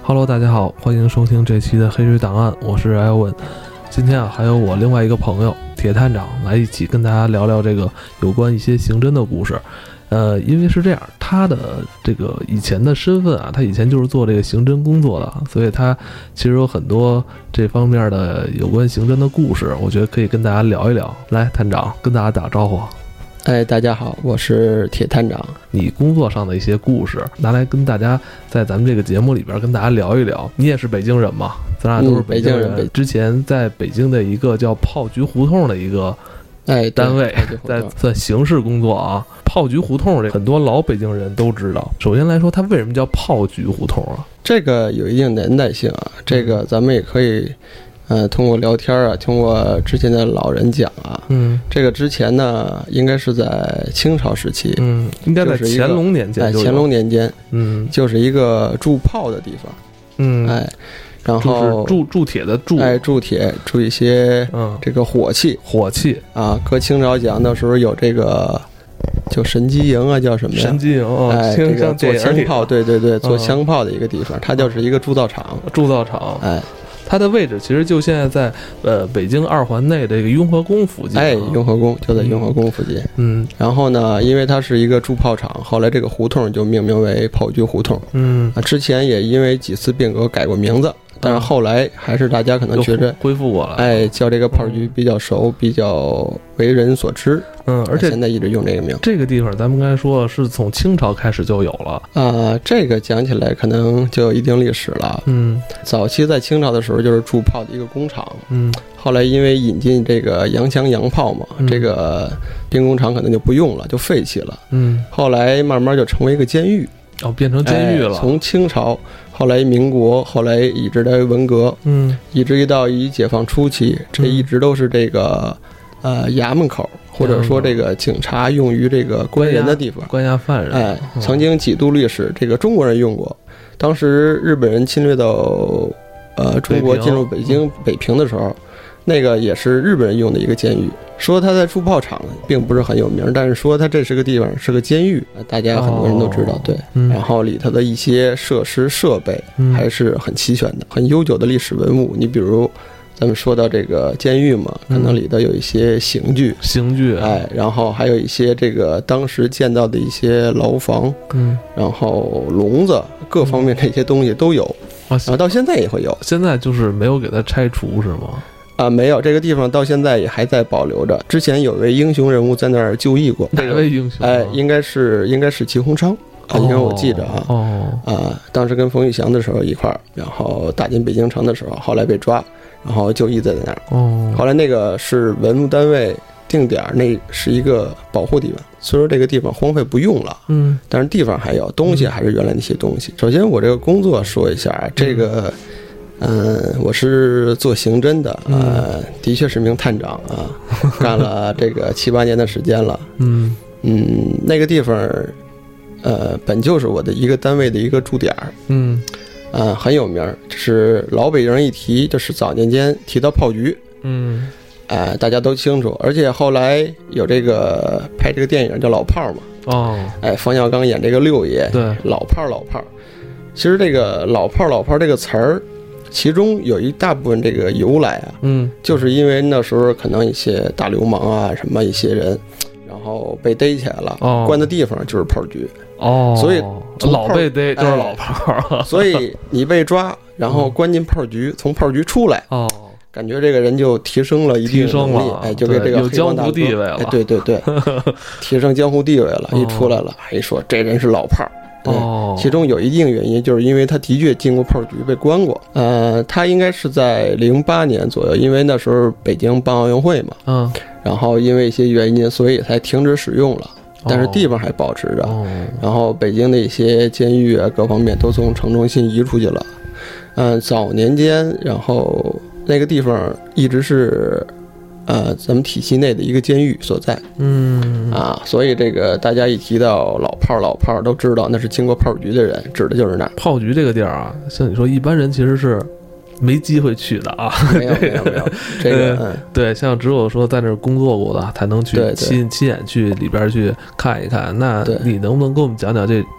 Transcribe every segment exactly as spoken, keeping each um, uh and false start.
Hello， 大家好，欢迎收听这期的黑水档案，我是艾文。今天啊，还有我另外一个朋友铁探长来一起跟大家聊聊这个有关一些刑侦的故事。呃，因为是这样，他的这个以前的身份啊，他以前就是做这个刑侦工作的，所以他其实有很多这方面的有关刑侦的故事，我觉得可以跟大家聊一聊。来，探长跟大家打招呼。 哎，大家好，我是铁探长。 你工作上的一些故事拿来跟大家在咱们这个节目里边跟大家聊一聊。你也是北京人嘛？咱俩都是北京人。嗯、之前在北京的一个叫炮局胡同的一个哎单位，在在刑事工作啊。炮局胡同这很多老北京人都知道。首先来说，它为什么叫炮局胡同啊？ 这个有一定年代性啊，这个咱们也可以。呃，通过聊天啊，通过之前的老人讲啊， 嗯， 这个之前呢，应该是在清朝时期， 嗯，应该在乾隆年间， 哎，乾隆年间， 嗯， 就是一个铸炮的地方， 嗯， 哎，然后铸铸铁的铸， 哎，铸铁铸一些，嗯，这个火器， 火器啊，搁清朝讲的时候有这个。就神机营啊，叫什么呀？ 神机营，哦、 哎，这个做枪炮，对对对，做枪炮的一个地方， 嗯、 它就是一个铸造厂， 铸造厂， 哎。 它的位置其实就现在在呃北京二环内这个雍和宫附近、啊， 哎，雍和宫就在雍和宫附近。 嗯， 然后呢，因为它是一个铸炮厂，后来这个胡同就命名为炮局胡同。 嗯， 啊，之前也因为几次变革改过名字，但是后来还是大家可能觉着恢复过了， 哎，叫这个炮局比较熟，嗯、比较为人所知。 嗯，而且现在一直用这个名。 这个地方咱们刚才说是从清朝开始就有了啊、呃，这个讲起来可能就有一定历史了。 嗯， 早期在清朝的时候就是铸炮的一个工厂。 嗯， 后来因为引进这个洋枪洋炮嘛， 嗯、 这个兵工厂可能就不用了，就废弃了。 嗯， 后来慢慢就成为一个监狱。 哦，变成监狱了。 哎、从清朝，后来民国，后来一直到文革， 嗯， 一直到一解放初期，这一直都是这个。呃，衙门口或者说这个警察用于这个关人的地方， 关押犯人。 哎，曾经几度历史，这个中国人用过。当时日本人侵略到呃中国，进入北京北平的时候，那个也是日本人用的一个监狱。说他在铸炮厂并不是很有名，但是说他这是个地方是个监狱，大家很多人都知道。哦、对、嗯，然后里头的一些设施设备还是很齐全的，很悠久的历史文物。你比如。咱们说到这个监狱嘛，可能里头有一些刑具， 刑具， 哎，然后还有一些这个当时建造的一些牢房， 嗯， 然后笼子，各方面这些东西都有， 啊， 然后到现在也会有。 现在就是没有给它拆除是吗？ 啊，没有，这个地方到现在也还在保留着。之前有位英雄人物在那儿就义过， 哪位英雄、 啊？哎，应该是应该是齐鸿昌。啊，因为我记着啊， 哦， 啊，当时跟冯玉祥的时候一块儿，然后打进北京城的时候，后来被抓，然后就义在那儿。 哦， 后来那个是文物单位定点，那是一个保护地方，虽说这个地方荒废不用了， 嗯， 但是地方还有，东西还是原来那些东西。嗯、首先，我这个工作说一下，这个，嗯、呃，我是做刑侦的，呃，的确是名探长啊，干了这个七八年的时间了， 嗯嗯，那个地方。呃，本就是我的一个单位的一个驻点， 嗯， 呃，很有名，就是老北京人一提，就是早年间提到炮局， 嗯， 哎、呃，大家都清楚，而且后来有这个拍这个电影叫《老炮》嘛， 哦， 哎，冯小刚演这个六爷， 对， 老炮老炮，其实这个老炮老炮这个词儿，其中有一大部分这个由来啊， 嗯， 就是因为那时候可能一些大流氓啊，什么一些人。然后被逮起来了， 哦、 关的地方就是炮局， 哦， 所以老被逮就是老炮、 哎，所以你被抓，然后关进炮局，嗯、从炮局出来， 哦， 感觉这个人就提升了一定能力，哎，就给这个有江湖地位了， 哎，对对对，提升江湖地位了，一出来了，一说这人是老炮。 哦、 嗯，其中有一定原因，就是因为他的确进过炮局，被关过。呃，他应该是在零八年左右，因为那时候北京办奥运会嘛， 嗯， 然后因为一些原因，所以才停止使用了，但是地方还保持着。 哦、 然后北京的一些监狱啊，各方面都从城中心移出去了。嗯、呃，早年间，然后那个地方一直是。呃，咱们体系内的一个监狱所在， 嗯啊，所以这个大家一提到老炮老炮都知道那是经过炮局的人，指的就是那儿。 炮局这个地儿啊，像你说一般人其实是没机会去的啊， 没有没有没有，这个、 嗯、对，像只有说在那儿工作过的才能去亲亲眼去里边去看一看。那你能不能给我们讲讲这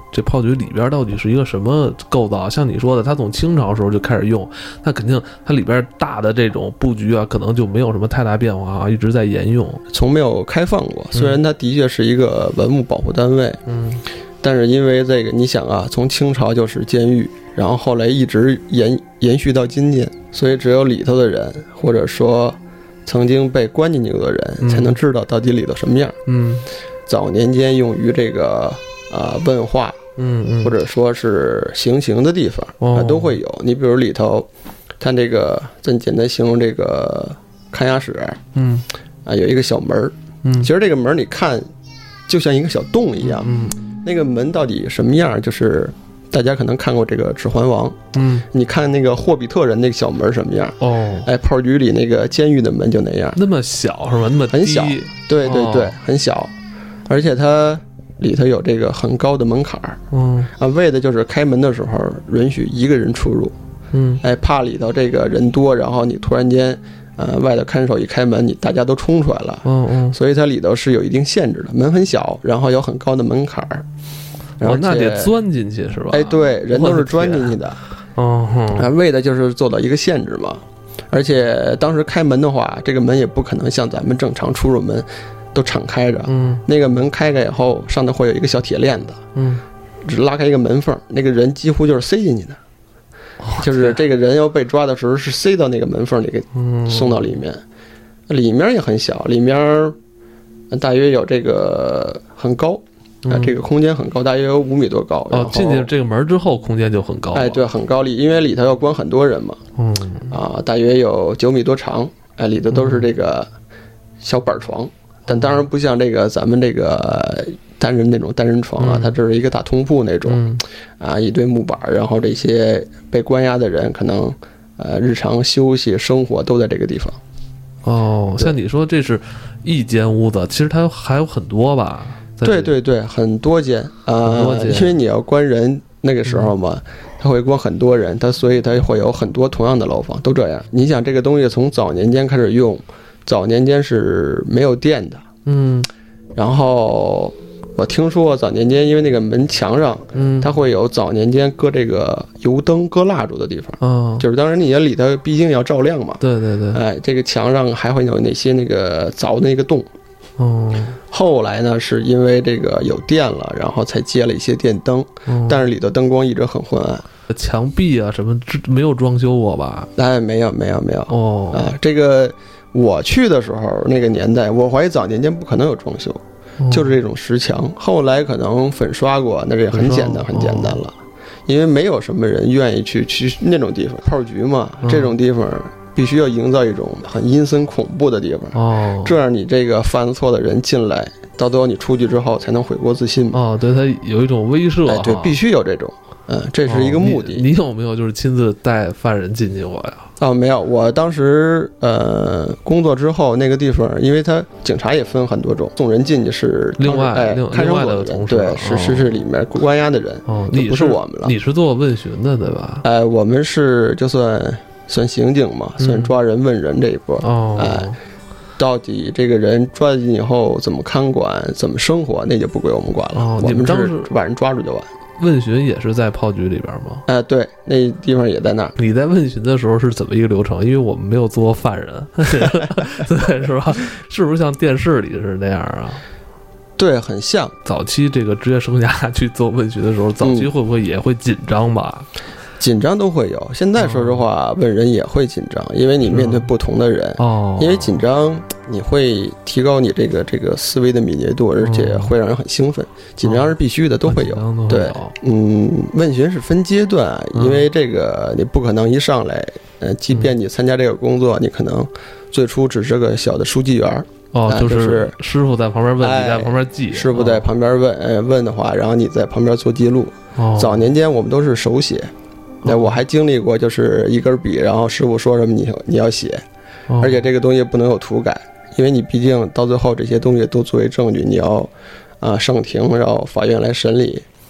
这炮局里边到底是一个什么构造？像你说的，它从清朝时候就开始用，那肯定它里边大的这种布局啊，可能就没有什么太大变化啊，一直在沿用， 从没有开放过。虽然它的确是一个文物保护单位， 嗯， 但是因为这个，你想啊，从清朝就是监狱，然后后来一直延延续到今天，所以只有里头的人，或者说曾经被关进去的人， 嗯、 才能知道到底里头什么样。 嗯， 早年间用于这个啊、呃、问话， 嗯嗯， 或者说是行刑的地方啊、 哦、 都会有。你比如里头，它这个咱简单形容这个看押室， 嗯啊有一个小门， 嗯， 其实这个门你看就像一个小洞一样， 嗯。 那个门到底什么样？就是大家可能看过这个《指环王》， 嗯， 你看那个霍比特人那个小门什么样？ 哦， 哎，炮局里那个监狱的门就那样， 那么小是吧？那么低很小，对对对， 哦、 很小，而且它里头有这个很高的门槛儿， 嗯啊，为的就是开门的时候允许一个人出入， 嗯， 哎，怕里头这个人多，然后你突然间。呃，外头看守一开门，你大家都冲出来了， 嗯嗯， 所以它里头是有一定限制的，门很小，然后有很高的门槛儿，然后、 哦、那得钻进去是吧？ 哎，对，人都是钻进去的， 哦， 啊，为的就是做到一个限制嘛。而且当时开门的话，这个门也不可能像咱们正常出入门都敞开着， 嗯， 那个门开开以后，上头会有一个小铁链子， 嗯， 只拉开一个门缝，那个人几乎就是塞进去的。就是这个人要被抓的时候是塞到那个门缝里给送到里面，嗯、里面也很小，里面大约有这个很高啊、嗯，这个空间很高，大约有五米多高。 哦，进去这个门之后空间就很高。 哎，对，很高里，因为里头要关很多人嘛。 嗯啊，大约有九米多长，哎，里头都是这个小板床，嗯、但当然不像这个咱们这个。单人那种单人床啊， 嗯、 它这是一个大通铺那种， 嗯、 啊，一堆木板，然后这些被关押的人可能，呃，日常休息生活都在这个地方。 哦，像你说这是一间屋子，其实它还有很多吧？ 对对对，很多间啊，很多间，因为你要关人那个时候嘛，嗯、他会关很多人，他所以他会有很多同样的牢房，都这样。你想这个东西从早年间开始用，早年间是没有电的， 嗯， 然后。我听说早年间，因为那个门墙上， 嗯， 它会有早年间搁这个油灯、搁蜡烛的地方， 哦， 就是当然你里头毕竟要照亮嘛， 对对对， 哎，这个墙上还会有哪些那个凿的那个洞， 哦， 后来呢是因为这个有电了，然后才接了一些电灯， 哦、 但是里头灯光一直很昏暗， 墙壁啊什么没有装修过吧？ 哎，没有没有没有， 哦， 啊，这个我去的时候那个年代，我怀疑早年间不可能有装修。就是这种石墙，后来可能粉刷过，那也很简单，很简单了，哦、因为没有什么人愿意去去那种地方，炮局嘛，嗯、这种地方必须要营造一种很阴森恐怖的地方， 哦， 这样你这个犯错的人进来，到最后你出去之后才能悔过自新嘛。 哦，对他有一种威慑， 哎，对，必须有这种，嗯，这是一个目的。 哦、你, 你有没有就是亲自带犯人进去过呀？ 哦，没有，我当时呃工作之后，那个地方，因为他警察也分很多种，送人进去是另外哎看守所的人，对，是是是里面关押的人， 哦，你不是我们了， 你是做问询的对吧？ 哎，我们是就算算刑警嘛，算抓人问人这一波， 哦， 哎，到底这个人抓进以后怎么看管，怎么生活，那就不归我们管了， 哦， 我们当时把人抓住就完。 问询也是在炮局里边吗？ 哎、呃，对，那地方也在那儿。 你在问询的时候是怎么一个流程？因为我们没有做过犯人，对，是吧？是不是像电视里是那样啊？ 对，很像。 早期这个职业生涯去做问询的时候，早期会不会也会紧张吧？ 嗯紧张都会有，现在说实话，问人也会紧张，因为你面对不同的人， 哦， 因为紧张你会提高你这个这个思维的敏捷度，而且会让人很兴奋。紧张是必须的，都会有。对，嗯，问询是分阶段，因为这个你不可能一上来，呃，即便你参加这个工作，你可能最初只是个小的书记员。 哦， 就是师傅在旁边问，你在旁边记。 师傅在旁边问，呃，问的话，然后你在旁边做记录。早年间我们都是手写。那我还经历过，就是一根笔，然后师傅说什么你你要写，而且这个东西不能有涂改，因为你毕竟到最后这些东西都作为证据，你要啊上庭，然后法院来审理，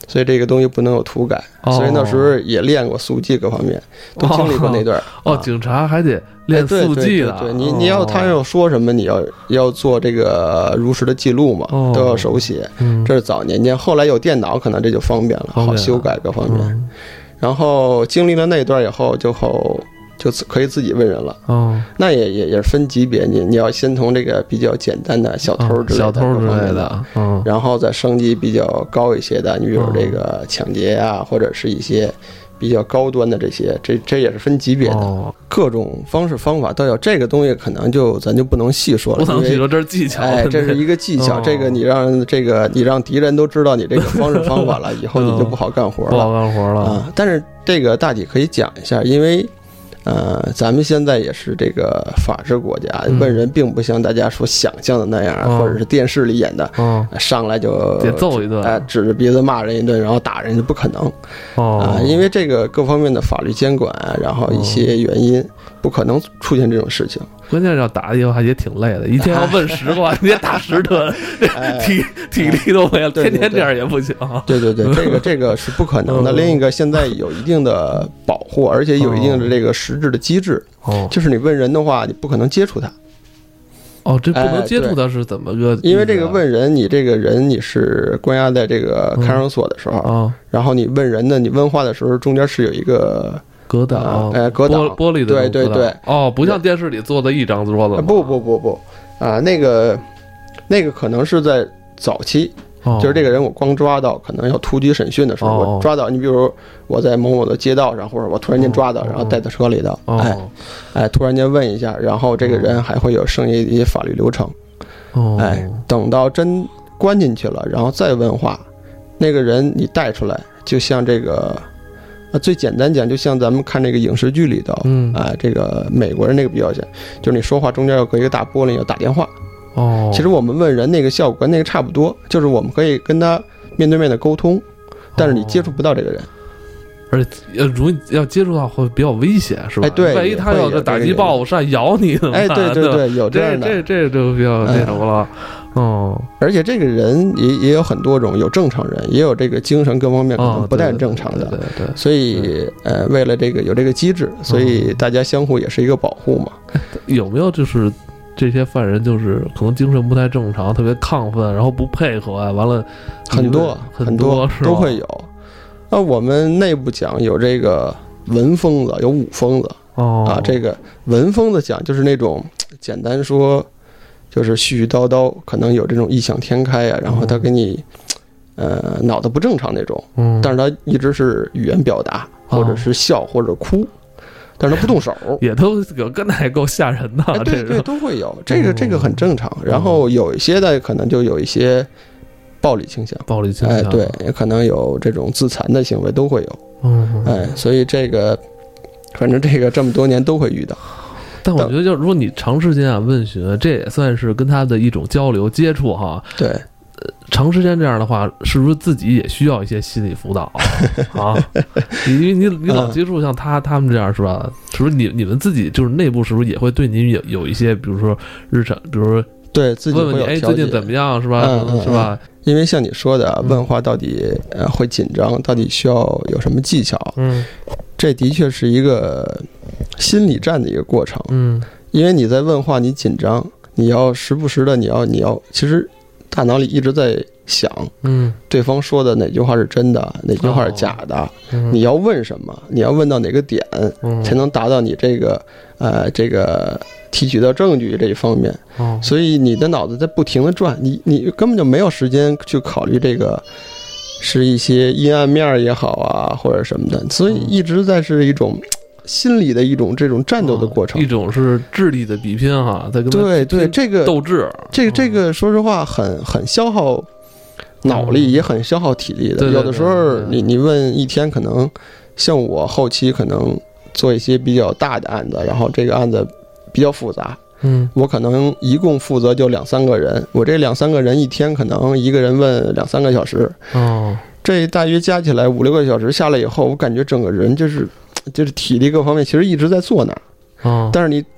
所以这个东西不能有涂改， 哦、 所以那时候也练过速记各方面，都经历过那段。 哦，哦警察还得练速记的， 哎、对, 对, 对, 对你你要他要说什么，你要要做这个如实的记录嘛， 哦、 都要手写、 嗯。 这是早年间，后来有电脑，可能这就方便了， 方便了好修改各方面、 嗯。 然后经历了那段以后，就后。就可以自己问人了， 哦， 那也也也是分级别，你你要先从这个比较简单的小偷之类的、 哦、小偷之类的， 嗯，然后再升级比较高一些的，你比如这个抢劫啊，或者是一些比较高端的这些，这这也是分级别的， 哦、 各种方式方法都有。这个东西可能就咱就不能细说了， 不能细说，这是技巧， 哎，这是一个技巧。 哦、 这个你让这个你让敌人都知道你这个方式方法了，以后你就不好干活了， 不好干活了啊。但是这个大体可以讲一下，因为。呃，咱们现在也是这个法治国家， 嗯、 问人并不像大家所想象的那样， 哦、 或者是电视里演的， 哦、 上来就得揍一顿， 哎、呃，指着鼻子骂人一顿，然后打人就不可能，啊、 哦呃，因为这个各方面的法律监管，然后一些原因，不可能出现这种事情。 关键是要打以后还也挺累的，一天要问十个话，你得打十顿， 哎、 体体力都没了， 对对对天天这样也不行。 对对对，这个这个是不可能的。另一个，现在有一定的保护，而且有一定的这个实质的机制， 哦、 就是你问人的话，你不可能接触他。 哦，这不能接触他是怎么个、 哎？因为这个问人，你这个人你是关押在这个看守所的时候， 嗯、 然后你问人呢，你问话的时候，中间是有一个。 隔挡， 哎，隔挡， 玻璃的， 对对对， 哦，不像电视里坐的一张桌子， 不不不不，啊，那个那个可能是在早期， 哦、 就是这个人我光抓到，可能要突击审讯的时候， 哦、 我抓到你，比如我在某某的街道上，或者我突然间抓到， 哦、 然后带到车里头， 哦、 哎哎，突然间问一下，然后这个人还会有剩下一些法律流程， 哦、 哎，等到真关进去了，然后再问话，那个人你带出来，就像这个。啊，最简单讲，就像咱们看这个影视剧里头， 嗯， 啊，这个美国人那个比较像，就是你说话中间要隔一个大玻璃，要打电话。 哦， 其实我们问人那个效果跟那个差不多，就是我们可以跟他面对面的沟通，但是你接触不到这个人， 而且要如要接触到会比较危险，是吧？ 哎，对， 万一他要是打击报上咬你怎么办？ 哎，对对对，有这样的， 这这这就比较那什么了。哦， 而且这个人也也有很多种，有正常人，也有这个精神各方面可能不太正常的， 对对对。 所以呃，为了这个有这个机制，所以大家相互也是一个保护嘛。 有没有就是这些犯人就是可能精神不太正常，特别亢奋，然后不配合啊？完了， 很多很多都会有。那我们内部讲有这个文疯子，有武疯子。 哦啊，这个文疯子讲就是那种简单说。就是絮絮叨叨，可能有这种异想天开啊，然后他给你，呃，脑子不正常那种， 嗯， 但是他一直是语言表达，或者是笑或者哭，但是他不动手， 也都有跟那也够吓人的， 哎、对对，都会有，这个这个很正常。然后有一些的可能就有一些暴力倾向， 暴力倾向， 哎，对，也可能有这种自残的行为都会有， 嗯， 哎，所以这个，反正这个这么多年都会遇到。 但我觉得，就如果你长时间啊问询，这也算是跟他的一种交流接触哈。 对， 呃，长时间这样的话，是不是自己也需要一些心理辅导啊？因为你你老接触像他他们这样是吧？是不是你你们自己就是内部是不是也会对你有有一些，比如说日常，比如说对自己问问你哎最近怎么样是吧？ 嗯嗯、 是吧？ 因为像你说的，问话到底呃会紧张，到底需要有什么技巧？ 嗯。 这的确是一个心理战的一个过程， 嗯， 因为你在问话，你紧张，你要时不时的，你要你要，其实大脑里一直在想， 嗯， 对方说的哪句话是真的，哪句话是假的， 哦嗯、 你要问什么，你要问到哪个点， 嗯、 才能达到你这个呃这个提取到证据这一方面， 哦、 所以你的脑子在不停的转，你你根本就没有时间去考虑这个。是一些阴暗面也好啊，或者什么的，所以一直在是一种心理的一种这种战斗的过程。 哦、一种是智力的比拼哈，在跟对对这个斗志， 这个这个说实话很很消耗脑力，嗯、也很消耗体力的。 对对对有的时候你你问一天，可能像我后期可能做一些比较大的案子，然后这个案子比较复杂。 嗯， 我可能一共负责就两三个人，我这两三个人一天可能一个人问两三个小时， 哦， 这大约加起来五六个小时下来以后，我感觉整个人就是就是体力各方面其实一直在做那儿， 哦， 但是你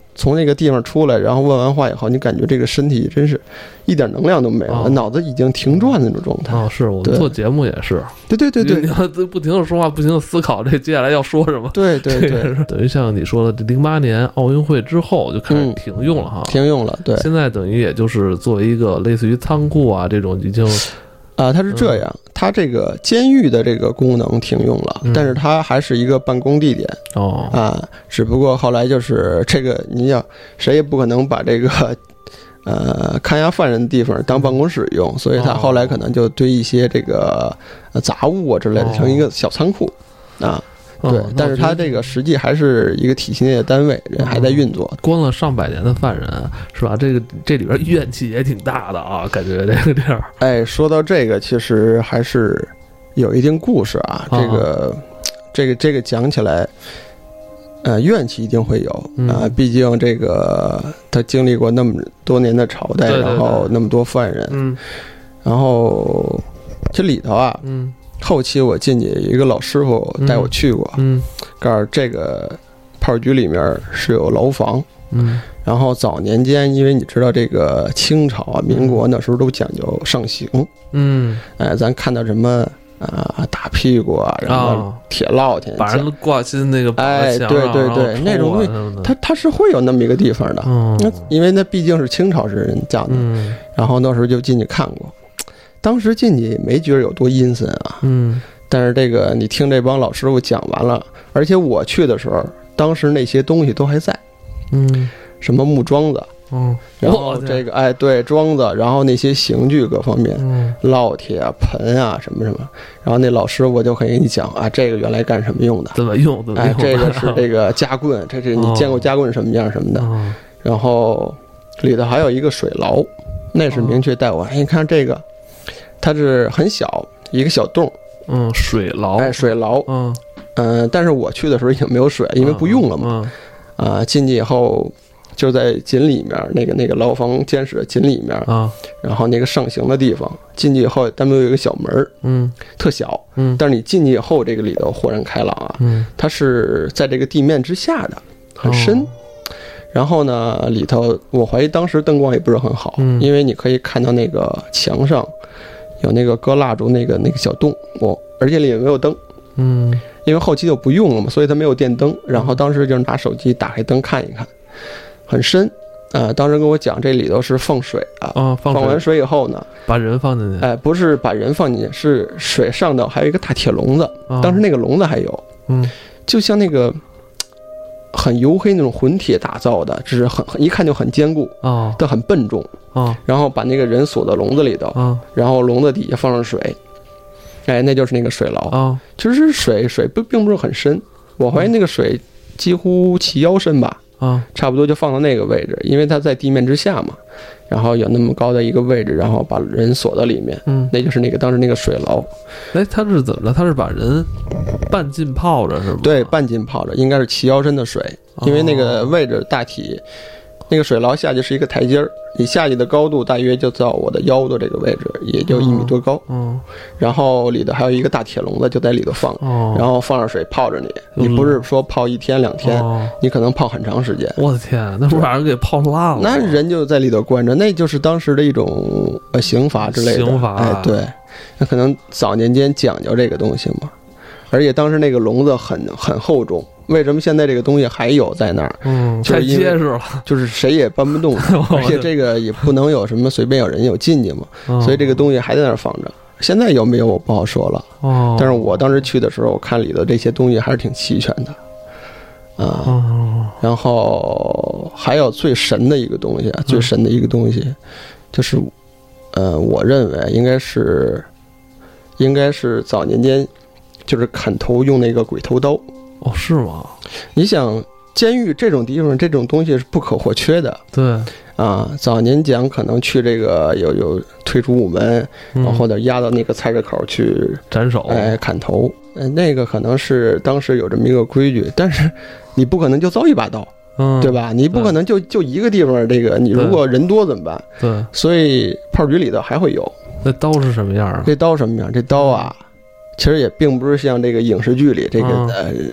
从那个地方出来，然后问完话以后，你感觉这个身体真是一点能量都没有， 哦、 脑子已经停转的那种状态。 哦，是我们做节目也是， 对对对对， 你要不停的说话，不停的思考这接下来要说什么。 对对对， 等于像你说的，零八年奥运会之后就开始停用了哈， 嗯、停用了。对， 现在等于也就是作为一个类似于仓库啊这种已经。 啊，它是这样，嗯、它这个监狱的这个功能停用了，嗯、但是它还是一个办公地点哦啊，只不过后来就是这个，你想谁也不可能把这个呃看押犯人的地方当办公室用，所以他后来可能就堆一些这个杂物啊之类的，成一个小仓库啊。对， 嗯、 但是它这个实际还是一个体系内的单位，人还在运作。 嗯、关了上百年的犯人，是吧？这个这里边怨气也挺大的啊，感觉这个地儿。 哎，说到这个，其实还是有一定故事啊。这个，啊、这个，这个讲起来，呃，怨气一定会有啊、呃。毕竟这个他经历过那么多年的朝代， 对对对， 然后那么多犯人， 嗯， 然后这里头啊， 嗯。 后期我进去一个老师傅带我去过， 嗯， 告诉这个炮局里面是有牢房， 嗯， 然后早年间因为你知道这个清朝啊、民国那时候都讲究上刑， 嗯， 哎，咱看到什么啊、呃、打屁股啊，然后铁烙铁， 把人挂进那个哎，对对对，那种东西，它它是会有那么一个地方的， 嗯， 因为那毕竟是清朝时人讲的， 嗯， 然后那时候就进去看过。当时进去没觉得有多阴森啊， 嗯， 但是这个你听这帮老师傅讲完了，而且我去的时候，当时那些东西都还在， 嗯， 什么木桩子， 嗯， 然后这个哎对桩子，然后那些刑具各方面， 嗯， 烙铁啊、盆啊什么什么，然后那老师傅就可以给你讲啊，这个原来干什么用的， 怎么用，怎么用， 哎，这个是这个夹棍，这这你见过夹棍什么样什么的， 哦、 然后里头还有一个水牢，那是明确带我，哎，你看这个。它是很小一个小洞， 嗯，水牢， 哎，水牢， 嗯嗯、呃，但是我去的时候已经没有水，因为不用了嘛，啊、 嗯呃，进去以后就在井里面，那个那个牢房监室井里面啊， 然后那个上刑的地方，进去以后单门有一个小门， 嗯， 特小， 嗯， 但是你进去以后，这个里头豁然开朗啊， 嗯， 它是在这个地面之下的，很深。哦，然后呢，里头我怀疑当时灯光也不是很好， 嗯， 因为你可以看到那个墙上有那个搁蜡烛那个那个小洞，我、哦、而且里面没有灯， 嗯， 因为后期就不用了嘛，所以它没有电灯。然后当时就是拿手机打开灯看一看，很深啊、呃。当时跟我讲这里头是放水啊， 哦、放, 放完水以后呢， 把人放进去。 哎，不是把人放进去，是水上头还有一个大铁笼子， 哦、 当时那个笼子还有， 嗯， 就像那个。很黝黑那种混铁打造的，只是很一看就很坚固啊， 但很笨重啊。 然后把那个人锁到笼子里头啊， 然后笼子底下放上水，哎，那就是那个水牢啊。 其实水水不并不是很深，我怀疑那个水几乎齐腰深吧， 啊， 差不多就放到那个位置，因为它在地面之下嘛。然后有那么高的一个位置，然后把人锁到里面， 嗯， 那就是那个当时那个水牢。 哎，他是怎么着？他是把人半浸泡着是吗？ 对，半浸泡着，应该是齐腰深的水，因为那个位置大体，哦、那个水牢下去是一个台阶儿，你下去的高度大约就到我的腰的这个位置，也就一米多高。 嗯、哦， 然后里头还有一个大铁笼子，就在里头放， 哦， 然后放上水泡着你，你不是说泡一天两天， 哦、 你可能泡很长时间。 我的天，那不把人给泡烂了？ 那人就在里头关着，那就是当时的一种呃刑罚之类的。 刑罚， 哎，对，那可能早年间讲究这个东西嘛，而且当时那个笼子很很厚重。为什么现在这个东西还有在那儿？ 嗯， 就是太结实了， 就是谁也搬不动，而且这个也不能有什么随便有人有进去嘛， 哦、 所以这个东西还在那儿放着。现在有没有我不好说了， 哦， 但是我当时去的时候，我看里头这些东西还是挺齐全的，啊、呃哦， 然后还有最神的一个东西，最神的一个东西，嗯、就是，呃，我认为应该是，应该是早年间，就是砍头用那个鬼头刀。 哦，是吗？ 你想，监狱这种地方，这种东西是不可或缺的。 对啊，早年讲可能去这个有有退出午门， 嗯、 然后或者压到那个菜市口去斩首， 哎，砍头。呃，那个可能是当时有这么一个规矩，但是你不可能就造一把刀， 嗯， 对吧？你不可能就就一个地方，这个你如果人多怎么办？ 对， 所以炮局里头还会有。 那刀是什么样啊？ 这刀什么样？这刀啊，其实也并不是像这个影视剧里这个、嗯、呃。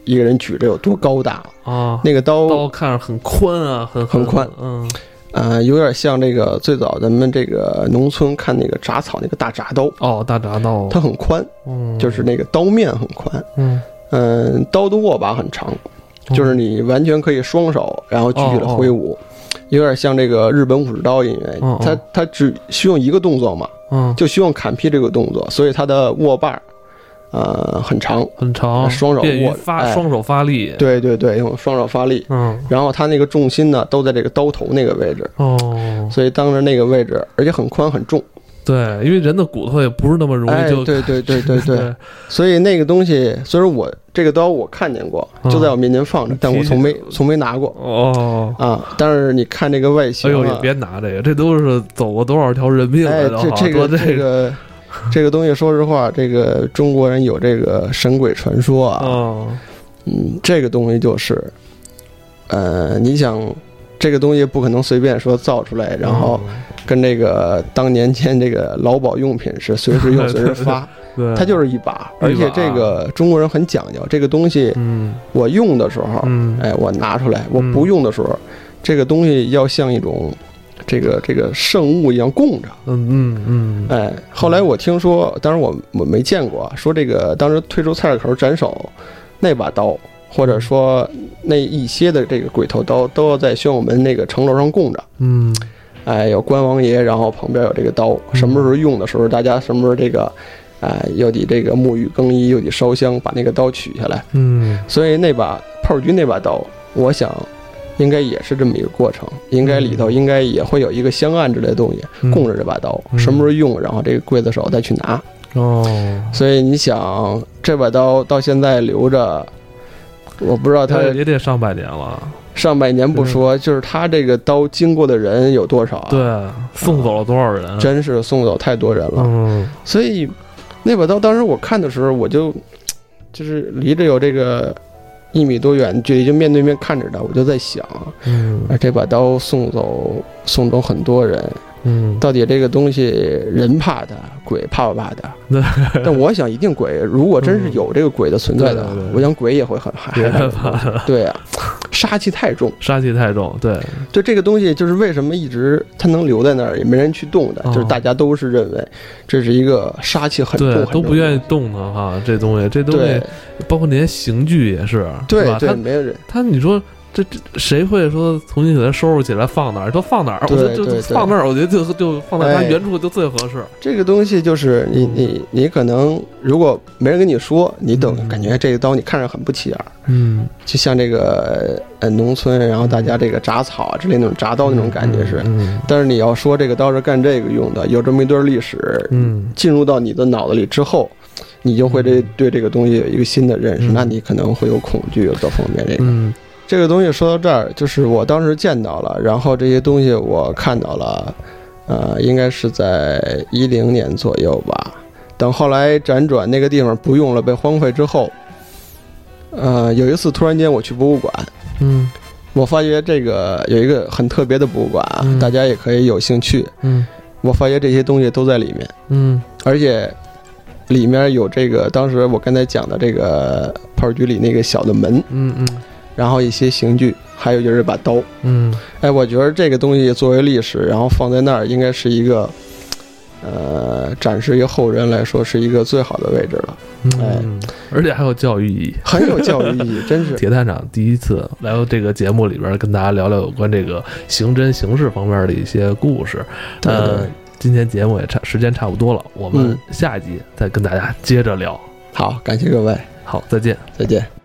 一个人举着有多高大啊！ 那个刀刀看着很宽啊，很很宽， 嗯， 呃，有点像这个最早咱们这个农村看那个铡草那个大铡刀哦，大铡刀， 它很宽， 嗯， 就是那个刀面很宽， 嗯嗯、呃，刀的握把很长，就是你完全可以双手然后举起来挥舞。哦哦有点像这个日本武士刀，因为它它只需要一个动作嘛，嗯，就需要砍劈这个动作，所以它的握把，呃，很长很长， 双手握发、 哎、 双手发力， 对对对，用双手发力，嗯，然后它那个重心呢都在这个刀头那个位置，哦，所以当着那个位置，而且很宽很重。 对，因为人的骨头也不是那么容易就， 哎、对对对对 对, 对，所以那个东西，虽然我这个刀我看见过，就在我面前放着，嗯、但我从没从没拿过。 哦啊，但是你看这个外形、啊， 哎呦，你别拿这个，这都是走过多少条人命哎，这这个这个这个东西，说实话，这个中国人有这个神鬼传说啊， 哦、 嗯，这个东西就是，呃，你想。这个东西不可能随便说造出来，然后跟这个当年间这个劳保用品是随时用随时发，它就是一把，而且这个中国人很讲究，这个东西，我用的时候，哎，我拿出来；我不用的时候，这个东西要像一种这个这个圣物一样供着。 嗯嗯嗯。 哎，后来我听说，当然我我没见过，说这个当时推出菜市口斩首那把刀。或者说那一些的这个鬼头刀都要在宣武门那个城楼上供着， 嗯， 哎，有关王爷，然后旁边有这个刀，什么时候用的时候，大家什么时候这个，哎，又得这个沐浴更衣，又得烧香，把那个刀取下来， 嗯， 所以那把炮局那把刀，我想应该也是这么一个过程，应该里头应该也会有一个香案之类的东西供着这把刀，什么时候用，然后这个刽子手再去拿。 哦， 所以你想这把刀到现在留着。我不知道他也得上百年了， 上百年不说，就是他这个刀经过的人有多少、啊？ 对，送走了多少人？啊、 真是送走太多人了。 嗯， 所以那把刀当时我看的时候，我就就是离着有这个一米多远距离，就面对面看着他，我就在想， 嗯， 这把刀送走送走很多人。 嗯， 到底这个东西人怕它，鬼怕不怕它？但我想，一定鬼，如果真是有这个鬼的存在的， 嗯、 我想鬼也会很害怕。对啊，杀气太重， 杀气太重。对， 对这个东西，就是为什么一直它能留在那儿，也没人去动的，哦、就是大家都是认为这是一个杀气很重， 对，都不愿意动它哈。这东西，这东西，包括那些刑具也是， 对吧？ 对，没有人。 他你说。这这谁会说重新给它收拾起来放哪儿？都放哪儿？我觉得就放那儿，我觉得就就放在它原处就最合适。 哎、这个东西就是你你你可能如果没人跟你说，你等感觉这个刀你看着很不起眼儿， 嗯， 就像这个呃农村，然后大家这个铡草啊之类那种铡刀那种感觉是。 嗯嗯、 但是你要说这个刀是干这个用的，有这么一段历史， 嗯， 进入到你的脑子里之后。你就会对对这个东西有一个新的认识， 嗯、 那你可能会有恐惧，有各方面这个。 嗯这个东西说到这儿，就是我当时见到了，然后这些东西我看到了，呃，应该是在一零年左右吧。等后来辗转那个地方不用了，被荒废之后，呃，有一次突然间我去博物馆， 嗯， 我发觉这个有一个很特别的博物馆啊， 嗯、 大家也可以有兴趣。 嗯， 我发觉这些东西都在里面。 嗯， 而且里面有这个当时我刚才讲的这个炮局里那个小的门。 嗯嗯。 然后一些刑具，还有就是一把刀， 嗯， 哎，我觉得这个东西作为历史，然后放在那儿，应该是一个，呃，展示于后人来说是一个最好的位置了，哎， 嗯、而且还有教育意义， 很有教育意义，真是。 铁探长第一次来到这个节目里边，跟大家聊聊有关这个刑侦刑事方面的一些故事， 对对呃，今天节目也差时间差不多了，我们下一集再跟大家接着聊。 嗯、好，感谢各位， 好，再见， 再见。